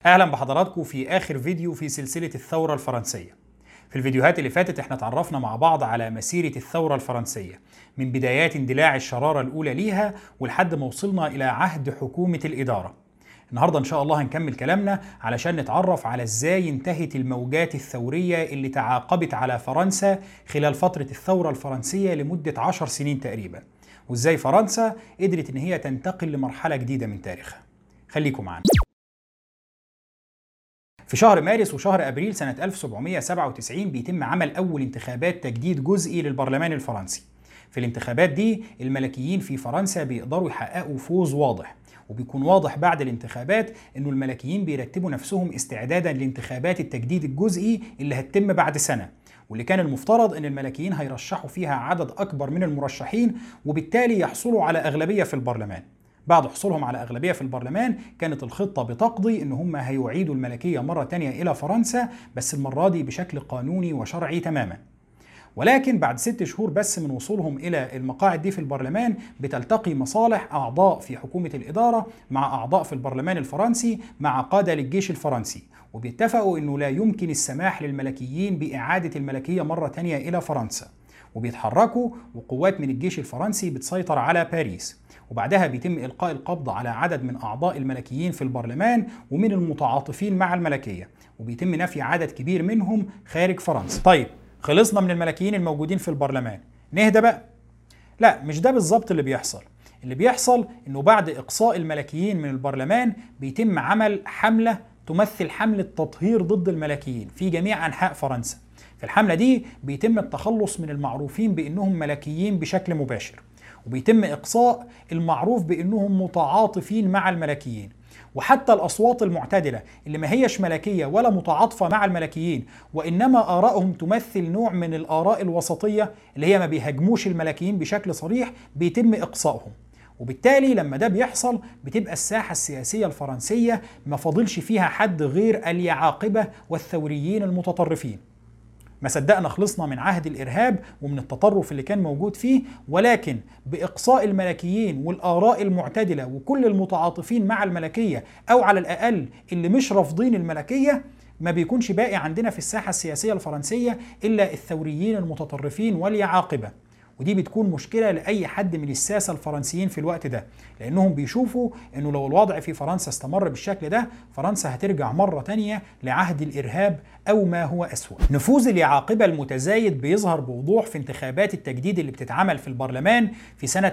اهلا بحضراتكم في اخر فيديو في سلسلة الثورة الفرنسية. في الفيديوهات اللي فاتت احنا اتعرفنا مع بعض على مسيرة الثورة الفرنسية من بدايات اندلاع الشرارة الاولى ليها ولحد ما وصلنا الى عهد حكومة الادارة. النهاردة ان شاء الله هنكمل كلامنا علشان نتعرف على ازاي انتهت الموجات الثورية اللي تعاقبت على فرنسا خلال فترة الثورة الفرنسية لمدة 10 سنين تقريبا، وازاي فرنسا قدرت ان هي تنتقل لمرحلة جديدة من تاريخها. خليكم معانا. في شهر مارس وشهر أبريل سنة 1797 بيتم عمل أول انتخابات تجديد جزئي للبرلمان الفرنسي. في الانتخابات دي الملكيين في فرنسا بيقدروا يحققوا فوز واضح، وبيكون واضح بعد الانتخابات إنه الملكيين بيرتبوا نفسهم استعدادا لانتخابات التجديد الجزئي اللي هتتم بعد سنة، واللي كان المفترض إن الملكيين هيرشحوا فيها عدد أكبر من المرشحين وبالتالي يحصلوا على أغلبية في البرلمان. بعد حصولهم على أغلبية في البرلمان كانت الخطة بتقضي إن هم هيعيدوا الملكية مرة تانية إلى فرنسا، بس المرة دي بشكل قانوني وشرعي تماما. ولكن بعد 6 شهور بس من وصولهم إلى المقاعد دي في البرلمان بتلتقي مصالح أعضاء في حكومة الإدارة مع أعضاء في البرلمان الفرنسي مع قادة للجيش الفرنسي، وبيتفقوا إنه لا يمكن السماح للملكيين بإعادة الملكية مرة تانية إلى فرنسا، وبيتحركوا وقوات من الجيش الفرنسي بتسيطر على باريس. وبعدها بيتم إلقاء القبض على عدد من أعضاء الملكيين في البرلمان ومن المتعاطفين مع الملكية، وبيتم نفي عدد كبير منهم خارج فرنسا. طيب خلصنا من الملكيين الموجودين في البرلمان، نهدى بقى؟ لا، مش ده بالظبط اللي بيحصل. اللي بيحصل إنه بعد إقصاء الملكيين من البرلمان بيتم عمل حملة تمثل حملة تطهير ضد الملكيين في جميع أنحاء فرنسا. في الحملة دي بيتم التخلص من المعروفين بأنهم ملكيين بشكل مباشر، وبيتم إقصاء المعروف بأنهم متعاطفين مع الملكيين، وحتى الأصوات المعتدلة اللي ما هيش ملكية ولا متعاطفة مع الملكيين وإنما آرائهم تمثل نوع من الآراء الوسطية اللي هي ما بيهاجموش الملكيين بشكل صريح بيتم إقصائهم. وبالتالي لما ده بيحصل بتبقى الساحة السياسية الفرنسية ما فاضلش فيها حد غير اليعاقبة والثوريين المتطرفين. ما صدقنا خلصنا من عهد الإرهاب ومن التطرف اللي كان موجود فيه، ولكن بإقصاء الملكيين والآراء المعتدلة وكل المتعاطفين مع الملكية أو على الأقل اللي مش رافضين الملكية ما بيكونش باقي عندنا في الساحة السياسية الفرنسية إلا الثوريين المتطرفين واليعاقبة. ودي بتكون مشكلة لأي حد من الساسة الفرنسيين في الوقت ده، لأنهم بيشوفوا أنه لو الوضع في فرنسا استمر بالشكل ده فرنسا هترجع مرة تانية لعهد الإرهاب أو ما هو أسوأ. نفوذ اليعاقبة المتزايد بيظهر بوضوح في انتخابات التجديد اللي بتتعمل في البرلمان في سنة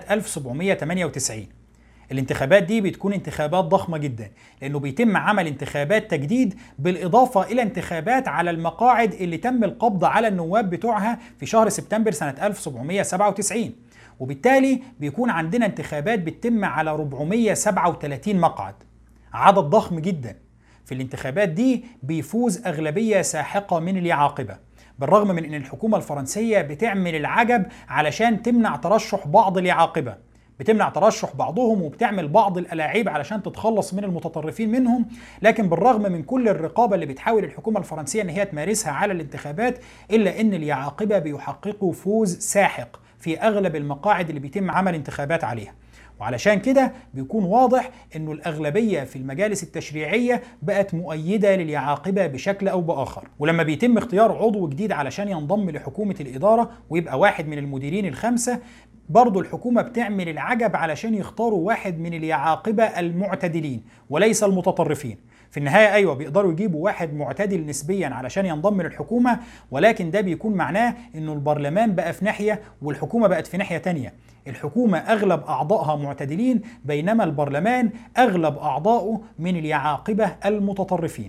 1798. الانتخابات دي بتكون انتخابات ضخمة جدا، لأنه بيتم عمل انتخابات تجديد بالإضافة إلى انتخابات على المقاعد اللي تم القبض على النواب بتوعها في شهر سبتمبر سنة 1797، وبالتالي بيكون عندنا انتخابات بتتم على 437 مقعد، عدد ضخم جدا. في الانتخابات دي بيفوز أغلبية ساحقة من اليعاقبة، بالرغم من أن الحكومة الفرنسية بتعمل العجب علشان تمنع ترشح بعض اليعاقبة، بتمنع ترشح بعضهم وبتعمل بعض الألاعيب علشان تتخلص من المتطرفين منهم. لكن بالرغم من كل الرقابة اللي بتحاول الحكومة الفرنسية ان هي تمارسها على الانتخابات، إلا ان اليعاقبة بيحققوا فوز ساحق في أغلب المقاعد اللي بيتم عمل انتخابات عليها. وعلشان كده بيكون واضح انه الأغلبية في المجالس التشريعية بقت مؤيدة لليعاقبة بشكل او بآخر. ولما بيتم اختيار عضو جديد علشان ينضم لحكومة الإدارة ويبقى واحد من المديرين الخمسة، برضو الحكومة بتعمل العجب علشان يختاروا واحد من اليعاقبة المعتدلين وليس المتطرفين. في النهاية أيوة بيقدروا يجيبوا واحد معتدل نسبيا علشان ينضم للحكومة، ولكن ده بيكون معناه إنه البرلمان بقى في ناحية والحكومة بقت في ناحية تانية. الحكومة أغلب أعضائها معتدلين بينما البرلمان أغلب أعضائه من اليعاقبة المتطرفين.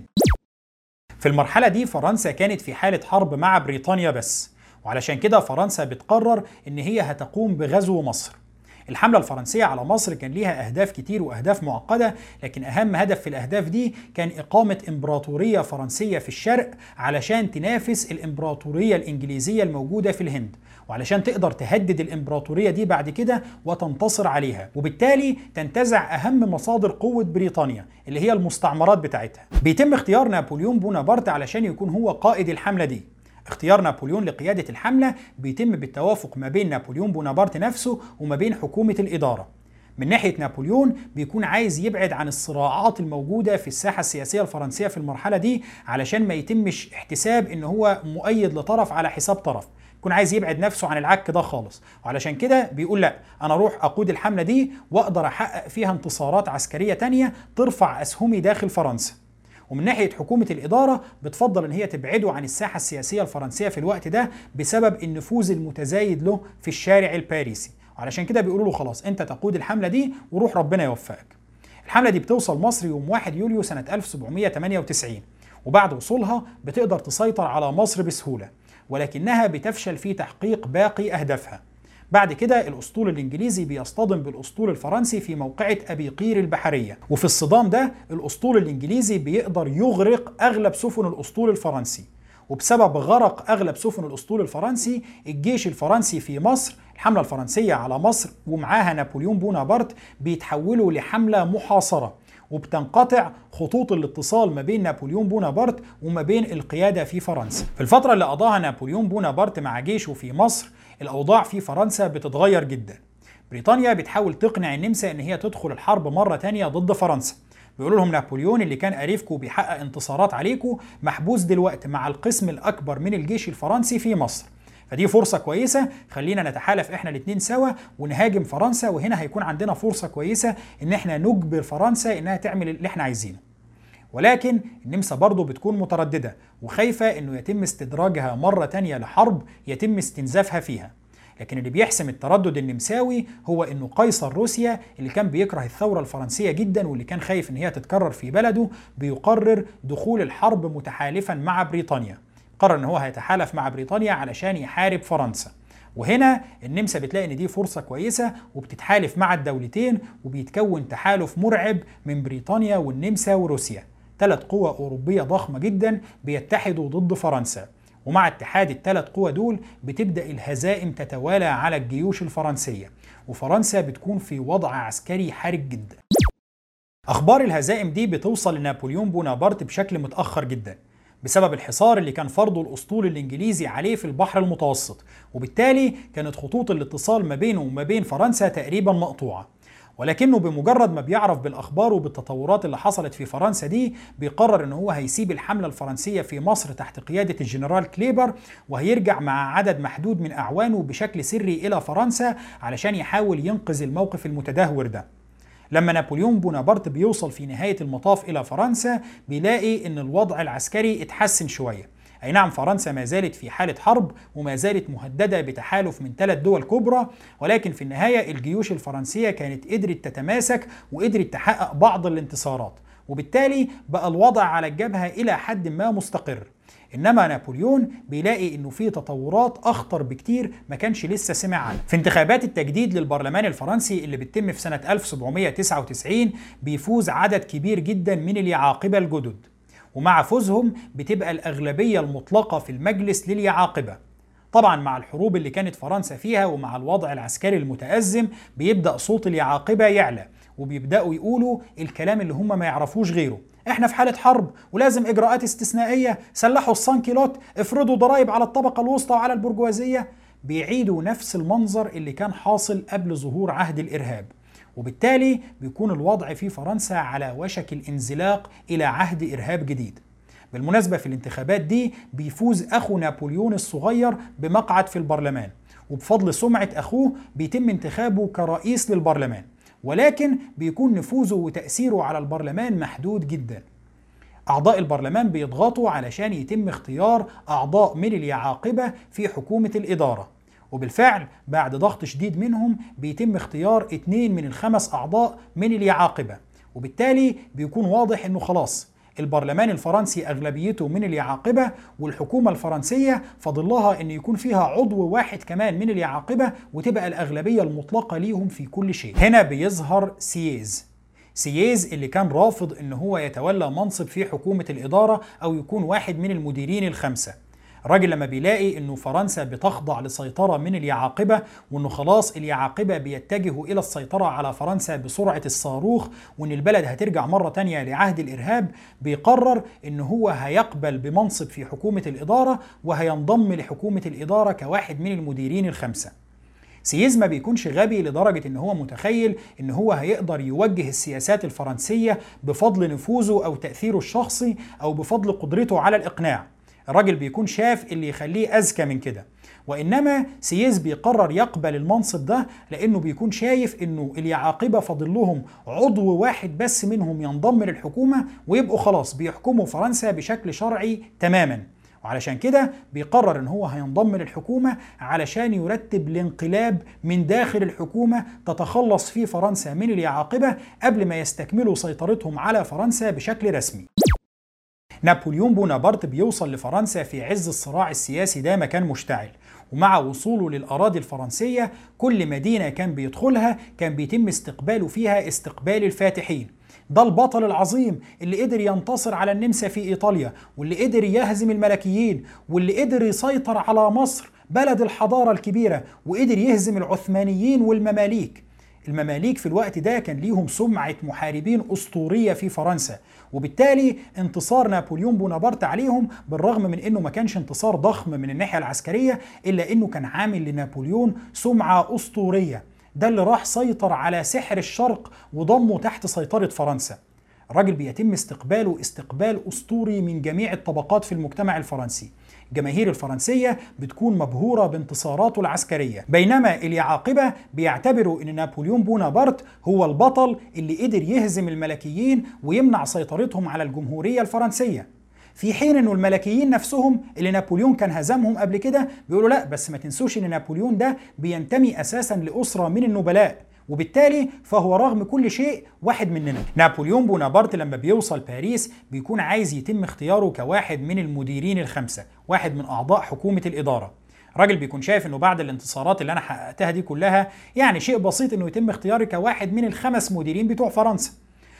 في المرحلة دي فرنسا كانت في حالة حرب مع بريطانيا بس، وعلشان كده فرنسا بتقرر إن هي هتقوم بغزو مصر. الحملة الفرنسية على مصر كان ليها أهداف كتير وأهداف معقدة، لكن أهم هدف في الأهداف دي كان إقامة إمبراطورية فرنسية في الشرق علشان تنافس الإمبراطورية الإنجليزية الموجودة في الهند، وعلشان تقدر تهدد الإمبراطورية دي بعد كده وتنتصر عليها، وبالتالي تنتزع أهم مصادر قوة بريطانيا اللي هي المستعمرات بتاعتها. بيتم اختيار نابليون بونابرت علشان يكون هو قائد الحملة دي. اختيار نابليون لقيادة الحملة بيتم بالتوافق ما بين نابليون بونابرت نفسه وما بين حكومة الإدارة. من ناحية نابليون بيكون عايز يبعد عن الصراعات الموجودة في الساحة السياسية الفرنسية في المرحلة دي علشان ما يتمش احتساب ان هو مؤيد لطرف على حساب طرف، يكون عايز يبعد نفسه عن العك ده خالص. وعلشان كده بيقول لا، انا اروح اقود الحملة دي واقدر احقق فيها انتصارات عسكرية تانية ترفع اسهمي داخل فرنسا. ومن ناحية حكومة الإدارة بتفضل إن هي تبعده عن الساحة السياسية الفرنسية في الوقت ده بسبب النفوذ المتزايد له في الشارع الباريسي، وعلشان كده بيقولوا له خلاص أنت تقود الحملة دي وروح ربنا يوفقك. الحملة دي بتوصل مصر يوم 1 يوليو سنة 1798، وبعد وصولها بتقدر تسيطر على مصر بسهولة، ولكنها بتفشل في تحقيق باقي أهدافها. بعد كده الأسطول الإنجليزي بيصطدم بالأسطول الفرنسي في موقعة أبي قير البحرية، وفي الصدام ده الأسطول الإنجليزي بيقدر يغرق أغلب سفن الأسطول الفرنسي، وبسبب غرق أغلب سفن الأسطول الفرنسي الجيش الفرنسي في مصر، الحملة الفرنسية على مصر ومعاها نابليون بونابرت بيتحولوا لحملة محاصرة، وبتنقطع خطوط الاتصال ما بين نابليون بونابرت وما بين القيادة في فرنسا. في الفترة اللي قضاها نابليون بونابرت مع جيشه في مصر الأوضاع في فرنسا بتتغير جدا. بريطانيا بتحاول تقنع النمسا إن هي تدخل الحرب مرة تانية ضد فرنسا. بيقولوا لهم نابليون اللي كان قريفكم وبيحقق انتصارات عليكم محبوس دلوقتي مع القسم الأكبر من الجيش الفرنسي في مصر، فدي فرصة كويسة، خلينا نتحالف احنا الاتنين سوا ونهاجم فرنسا، وهنا هيكون عندنا فرصة كويسة ان احنا نجبر فرنسا انها تعمل اللي احنا عايزينه. ولكن النمسا برضه بتكون مترددة وخايفة انه يتم استدراجها مرة تانية لحرب يتم استنزافها فيها. لكن اللي بيحسم التردد النمساوي هو انه قيصر روسيا اللي كان بيكره الثورة الفرنسية جدا واللي كان خايف ان هي تتكرر في بلده بيقرر دخول الحرب متحالفا مع بريطانيا. قرر ان هو هيتحالف مع بريطانيا علشان يحارب فرنسا، وهنا النمسا بتلاقي ان دي فرصة كويسة وبتتحالف مع الدولتين، وبيتكون تحالف مرعب من بريطانيا والنمسا وروسيا، 3 قوى أوروبية ضخمة جدا بيتحدوا ضد فرنسا. ومع اتحاد ال3 قوى دول بتبدأ الهزائم تتوالى على الجيوش الفرنسية، وفرنسا بتكون في وضع عسكري حرج جدا. أخبار الهزائم دي بتوصل لنابليون بونابرت بشكل متأخر جدا بسبب الحصار اللي كان فرضه الأسطول الإنجليزي عليه في البحر المتوسط، وبالتالي كانت خطوط الاتصال ما بينه وما بين فرنسا تقريبا مقطوعة. ولكنه بمجرد ما بيعرف بالأخبار وبالتطورات اللي حصلت في فرنسا دي بيقرر إن هو هيسيب الحملة الفرنسية في مصر تحت قيادة الجنرال كليبر، وهيرجع مع عدد محدود من أعوانه بشكل سري إلى فرنسا علشان يحاول ينقذ الموقف المتدهور ده. لما نابليون بونابرت بيوصل في نهاية المطاف إلى فرنسا بيلاقي إن الوضع العسكري اتحسن شوية. أي نعم فرنسا ما زالت في حالة حرب وما زالت مهددة بتحالف من 3 دول كبرى، ولكن في النهاية الجيوش الفرنسية كانت قدرت تتماسك وقدرت تحقق بعض الانتصارات، وبالتالي بقى الوضع على الجبهة إلى حد ما مستقر. إنما نابليون بيلاقي إنه في تطورات أخطر بكتير ما كانش لسه سمع عنها. في انتخابات التجديد للبرلمان الفرنسي اللي بتتم في سنة 1799 بيفوز عدد كبير جدا من اليعاقبة الجدد، ومع فوزهم بتبقى الأغلبية المطلقة في المجلس لليعاقبة. طبعا مع الحروب اللي كانت فرنسا فيها ومع الوضع العسكري المتأزم بيبدأ صوت اليعاقبة يعلى، وبيبدأوا يقولوا الكلام اللي هم ما يعرفوش غيره: احنا في حالة حرب ولازم اجراءات استثنائية، سلحوا السانكيلوت، افرضوا ضرائب على الطبقة الوسطى وعلى البرجوازية. بيعيدوا نفس المنظر اللي كان حاصل قبل ظهور عهد الإرهاب، وبالتالي بيكون الوضع في فرنسا على وشك الانزلاق إلى عهد إرهاب جديد. بالمناسبة في الانتخابات دي بيفوز أخو نابليون الصغير بمقعد في البرلمان، وبفضل سمعة أخوه بيتم انتخابه كرئيس للبرلمان، ولكن بيكون نفوذه وتأثيره على البرلمان محدود جدا. أعضاء البرلمان بيضغطوا علشان يتم اختيار أعضاء من اليعاقبة في حكومة الإدارة، وبالفعل بعد ضغط شديد منهم بيتم اختيار 2 من ال5 أعضاء من اليعاقبة، وبالتالي بيكون واضح إنه خلاص البرلمان الفرنسي أغلبيته من اليعاقبة، والحكومة الفرنسية فضلها إن يكون فيها عضو واحد كمان من اليعاقبة وتبقى الأغلبية المطلقة ليهم في كل شيء. هنا بيظهر سييز اللي كان رافض إن هو يتولى منصب في حكومة الإدارة أو يكون واحد من المديرين ال5. الراجل لما بيلاقي إنه فرنسا بتخضع لسيطرة من اليعاقبة وإنه خلاص اليعاقبة بيتجهوا إلى السيطرة على فرنسا بسرعة الصاروخ وإن البلد هترجع مرة تانية لعهد الإرهاب، بيقرر إنه هو هيقبل بمنصب في حكومة الإدارة وهينضم لحكومة الإدارة كواحد من المديرين ال5. سييز ما بيكونش غبي لدرجة ان هو متخيل ان هو هيقدر يوجه السياسات الفرنسية بفضل نفوذه او تأثيره الشخصي او بفضل قدرته على الإقناع. الراجل بيكون شاف اللي يخليه أذكى من كده، وإنما سييز بيقرر يقبل المنصب ده لأنه بيكون شايف إنه اليعاقبة فاضل لهم عضو واحد بس منهم ينضم للحكومة ويبقوا خلاص بيحكموا فرنسا بشكل شرعي تماما، وعلشان كده بيقرر إن هو هينضم للحكومة علشان يرتب الانقلاب من داخل الحكومة تتخلص فيه فرنسا من اليعاقبة قبل ما يستكملوا سيطرتهم على فرنسا بشكل رسمي. نابليون بونابرت بيوصل لفرنسا في عز الصراع السياسي ده مكان مشتعل، ومع وصوله للأراضي الفرنسية كل مدينة كان بيدخلها كان بيتم استقباله فيها استقبال الفاتحين. ده البطل العظيم اللي قدر ينتصر على النمسا في إيطاليا، واللي قدر يهزم الملكيين، واللي قدر يسيطر على مصر بلد الحضارة الكبيرة، وقدر يهزم العثمانيين والمماليك. المماليك في الوقت ده كان ليهم سمعة محاربين أسطورية في فرنسا، وبالتالي انتصار نابليون بونابرت عليهم بالرغم من انه ما كانش انتصار ضخم من الناحية العسكرية الا انه كان عامل لنابليون سمعة أسطورية. ده اللي راح سيطر على سحر الشرق وضمه تحت سيطرة فرنسا. الراجل بيتم استقباله استقبال أسطوري من جميع الطبقات في المجتمع الفرنسي. الجماهير الفرنسية بتكون مبهورة بانتصاراته العسكرية، بينما اليعاقبة بيعتبروا ان نابليون بونابرت هو البطل اللي قدر يهزم الملكيين ويمنع سيطرتهم على الجمهورية الفرنسية، في حين انه الملكيين نفسهم اللي نابليون كان هزمهم قبل كده بيقولوا لا، بس ما تنسوش ان نابليون ده بينتمي اساسا لأسرة من النبلاء، وبالتالي فهو رغم كل شيء واحد مننا. نابليون بونابرت لما بيوصل باريس بيكون عايز يتم اختياره كواحد من المديرين الخمسة، واحد من أعضاء حكومة الإدارة. راجل بيكون شايف انه بعد الانتصارات اللي انا حققتها دي كلها يعني شيء بسيط انه يتم اختياري كواحد من الخمس مديرين بتوع فرنسا.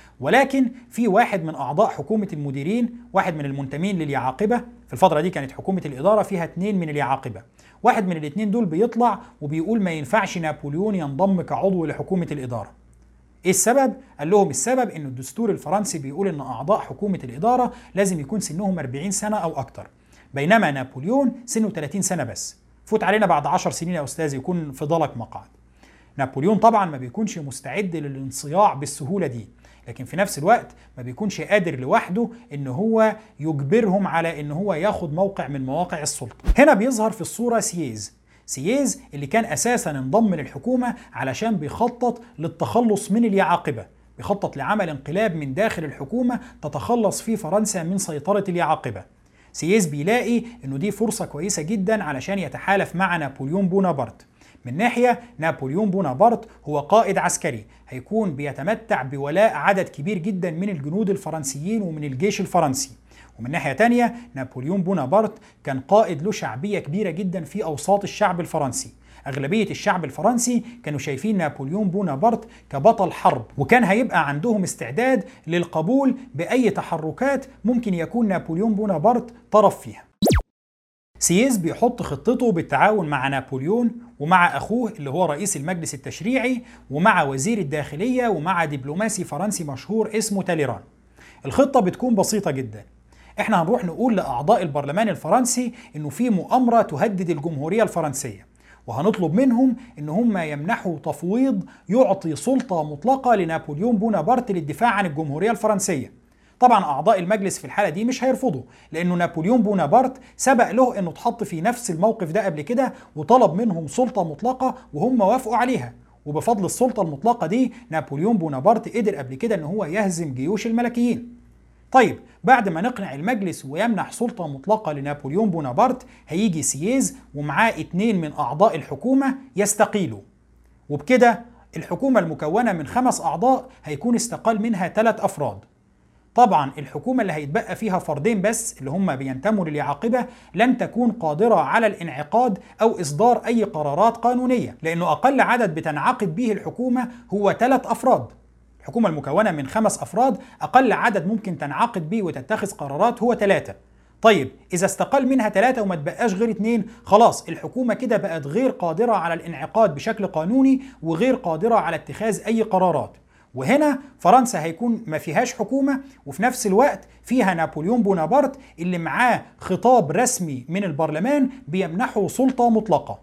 ولكن في واحد من أعضاء حكومة المديرين، واحد من المنتمين لليعاقبة، في الفترة دي كانت حكومة الإدارة فيها 2 من اليعاقبة، واحد من ال2 دول بيطلع وبيقول ما ينفعش نابليون ينضم كعضو لحكومة الإدارة. إيه السبب؟ قال لهم السبب إن الدستور الفرنسي بيقول إن أعضاء حكومة الإدارة لازم يكون سنهم 40 سنة أو أكتر، بينما نابليون سنه 30 سنة بس. فوت علينا بعد 10 سنين يا أستاذ يكون في ضلك مقعد. نابليون طبعا ما بيكونش مستعد للانصياع بالسهولة دي، لكن في نفس الوقت ما بيكونش قادر لوحده ان هو يجبرهم على ان هو ياخد موقع من مواقع السلطة. هنا بيظهر في الصورة سييز اللي كان اساسا انضم للحكومة علشان بيخطط للتخلص من اليعاقبة، بيخطط لعمل انقلاب من داخل الحكومة تتخلص فيه فرنسا من سيطرة اليعاقبة. سييز بيلاقي انه دي فرصة كويسة جدا علشان يتحالف مع نابليون بونابرت. من ناحية نابليون بونابرت هو قائد عسكري هيكون بيتمتع بولاء عدد كبير جدا من الجنود الفرنسيين ومن الجيش الفرنسي، ومن ناحية تانية نابليون بونابرت كان قائد له شعبية كبيرة جدا في أوساط الشعب الفرنسي. أغلبية الشعب الفرنسي كانوا شايفين نابليون بونابرت كبطل حرب، وكان هيبقى عندهم استعداد للقبول بأي تحركات ممكن يكون نابليون بونابرت طرف فيها. سييز بيحط خطته بالتعاون مع نابليون ومع أخوه اللي هو رئيس المجلس التشريعي ومع وزير الداخلية ومع دبلوماسي فرنسي مشهور اسمه تاليران. الخطة بتكون بسيطة جدا. احنا هنروح نقول لأعضاء البرلمان الفرنسي انه في مؤامرة تهدد الجمهورية الفرنسية، وهنطلب منهم ان هم يمنحوا تفويض يعطي سلطة مطلقة لنابليون بونابرت للدفاع عن الجمهورية الفرنسية. طبعا أعضاء المجلس في الحالة دي مش هيرفضوا، لأنه نابليون بونابرت سبق له أنه اتحط في نفس الموقف ده قبل كده وطلب منهم سلطة مطلقة وهم وافقوا عليها، وبفضل السلطة المطلقة دي نابليون بونابرت قدر قبل كده أن هو يهزم جيوش الملكيين. طيب بعد ما نقنع المجلس ويمنح سلطة مطلقة لنابليون بونابرت هيجي سييز ومعاه 2 من أعضاء الحكومة يستقيلوا، وبكده الحكومة المكونة من 5 أعضاء هيكون استقال منها 3 أفراد. طبعا الحكومة اللي هيتبقى فيها فردين بس اللي هم بينتموا لليعاقبة لن تكون قادرة على الانعقاد أو إصدار أي قرارات قانونية، لأنه أقل عدد بتنعقد به الحكومة هو 3 أفراد. الحكومة المكونة من 5 أفراد أقل عدد ممكن تنعقد به وتتخذ قرارات هو 3. طيب إذا استقل منها 3 وما تبقاش غير 2 خلاص الحكومة كده بقت غير قادرة على الانعقاد بشكل قانوني وغير قادرة على اتخاذ أي قرارات. وهنا فرنسا هيكون ما فيهاش حكومة وفي نفس الوقت فيها نابليون بونابرت اللي معاه خطاب رسمي من البرلمان بيمنحه سلطة مطلقة.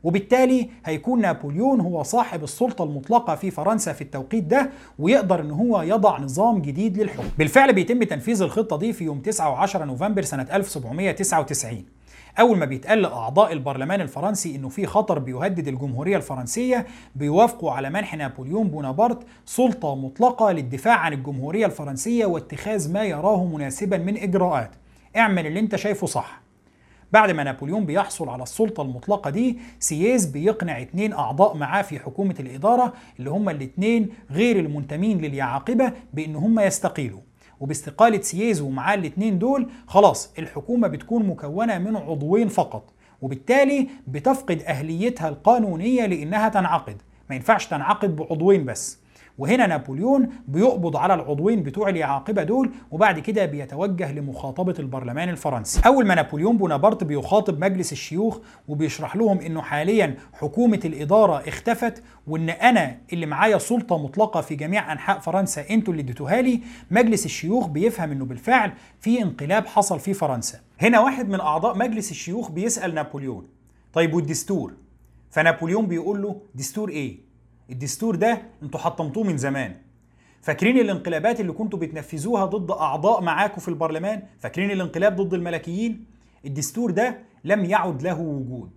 وبالتالي هيكون نابليون هو صاحب السلطة المطلقة في فرنسا في التوقيت ده، ويقدر ان هو يضع نظام جديد للحكم. بالفعل بيتم تنفيذ الخطة دي في يوم 9 و10 نوفمبر سنة 1799. أول ما بيتقال لأعضاء البرلمان الفرنسي إنه في خطر بيهدد الجمهورية الفرنسية، بيوافقوا على منح نابليون بونابرت سلطة مطلقة للدفاع عن الجمهورية الفرنسية واتخاذ ما يراه مناسبا من إجراءات. اعمل اللي انت شايفه صح. بعد ما نابليون بيحصل على السلطة المطلقة دي، سييز بيقنع 2 أعضاء معاه في حكومة الإدارة اللي هم الاتنين غير المنتمين لليعاقبة بإن هم يستقيلوا. وباستقالة سييز ومعاه الاتنين دول خلاص الحكومة بتكون مكونة من عضوين فقط، وبالتالي بتفقد أهليتها القانونية لأنها تنعقد. ما ينفعش تنعقد بعضوين بس. وهنا نابليون بيقبض على العضوين بتوع اليعاقبة دول، وبعد كده بيتوجه لمخاطبة البرلمان الفرنسي. أول ما نابليون بونابرت بيخاطب مجلس الشيوخ وبيشرح لهم إنه حاليا حكومة الإدارة اختفت، وإن أنا اللي معايا سلطة مطلقة في جميع أنحاء فرنسا أنتوا اللي اديتوها لي، مجلس الشيوخ بيفهم إنه بالفعل في انقلاب حصل في فرنسا. هنا واحد من أعضاء مجلس الشيوخ بيسأل نابليون: طيب والدستور؟ فنابليون بيقول له: دستور إيه؟ الدستور ده انتوا حطمتوه من زمان. فاكرين الانقلابات اللي كنتوا بتنفذوها ضد اعضاء معاكم في البرلمان؟ فاكرين الانقلاب ضد الملكيين؟ الدستور ده لم يعد له وجود.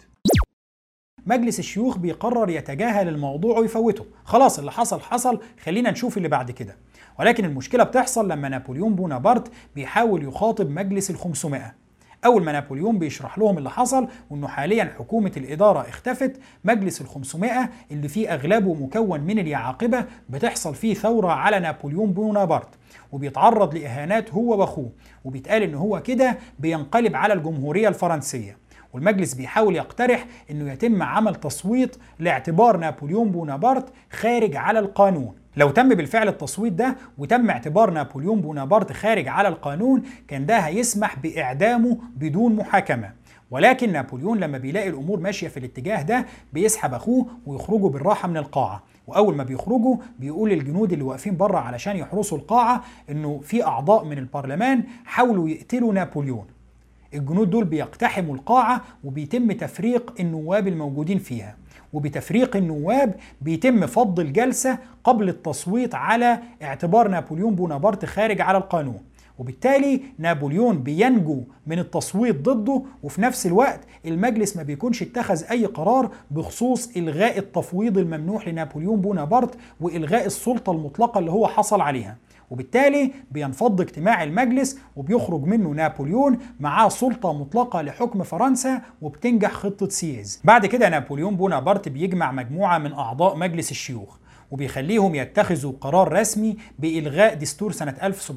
مجلس الشيوخ بيقرر يتجاهل الموضوع ويفوته. خلاص اللي حصل حصل، خلينا نشوف اللي بعد كده. ولكن المشكلة بتحصل لما نابليون بونابرت بيحاول يخاطب مجلس ال500. أول ما نابليون بيشرح لهم اللي حصل وإنه حاليا حكومة الإدارة اختفت، مجلس ال500 اللي فيه أغلبه مكون من اليعاقبة بتحصل فيه ثورة على نابليون بونابرت، وبيتعرض لإهانات هو وأخوه، وبيتقال إن هو كده بينقلب على الجمهورية الفرنسية. والمجلس بيحاول يقترح إنه يتم عمل تصويت لاعتبار نابليون بونابرت خارج على القانون. لو تم بالفعل التصويت ده وتم اعتبار نابليون بونابرت خارج على القانون، كان ده هيسمح بإعدامه بدون محاكمة. ولكن نابليون لما بيلاقي الأمور ماشية في الاتجاه ده بيسحب أخوه ويخرجوا بالراحة من القاعة. وأول ما بيخرجوا بيقول للجنود اللي واقفين بره علشان يحرسوا القاعة إنه في أعضاء من البرلمان حاولوا يقتلوا نابليون. الجنود دول بيقتحموا القاعة وبيتم تفريق النواب الموجودين فيها، وبتفريق النواب بيتم فض الجلسة قبل التصويت على اعتبار نابليون بونابرت خارج على القانون. وبالتالي نابليون بينجو من التصويت ضده، وفي نفس الوقت المجلس ما بيكونش اتخذ أي قرار بخصوص إلغاء التفويض الممنوح لنابليون بونابرت وإلغاء السلطة المطلقة اللي هو حصل عليها. وبالتالي بينفض اجتماع المجلس وبيخرج منه نابليون معاه سلطة مطلقة لحكم فرنسا، وبتنجح خطة سييز. بعد كده نابليون بونابرت بيجمع مجموعة من أعضاء مجلس الشيوخ وبيخليهم يتخذوا قرار رسمي بإلغاء دستور سنة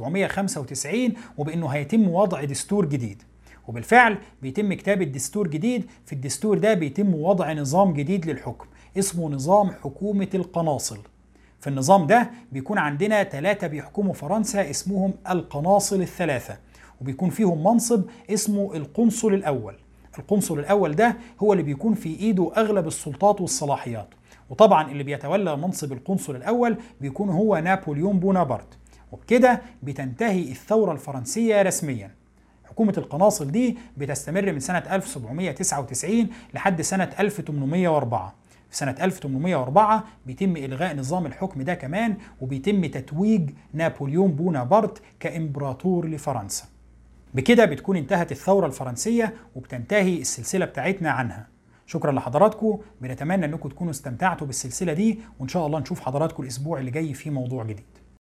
1795 وبأنه هيتم وضع دستور جديد. وبالفعل بيتم كتابة دستور جديد. في الدستور ده بيتم وضع نظام جديد للحكم اسمه نظام حكومة القناصل. في النظام ده بيكون عندنا 3 بيحكموا فرنسا اسمهم القناصل ال3، وبيكون فيهم منصب اسمه القنصل الأول. القنصل الأول ده هو اللي بيكون في إيده أغلب السلطات والصلاحيات، وطبعا اللي بيتولى منصب القنصل الأول بيكون هو نابليون بونابرت. وبكده بتنتهي الثورة الفرنسية رسميا. حكومة القناصل دي بتستمر من سنة 1799 لحد سنة 1804. في سنة 1804 بيتم إلغاء نظام الحكم ده كمان، وبيتم تتويج نابليون بونابرت كإمبراطور لفرنسا. بكده بتكون انتهت الثورة الفرنسية وبتنتهي السلسلة بتاعتنا عنها. شكرا لحضراتكم، بنتمنى انكم تكونوا استمتعتوا بالسلسلة دي، وان شاء الله نشوف حضراتكم الاسبوع اللي جاي في موضوع جديد.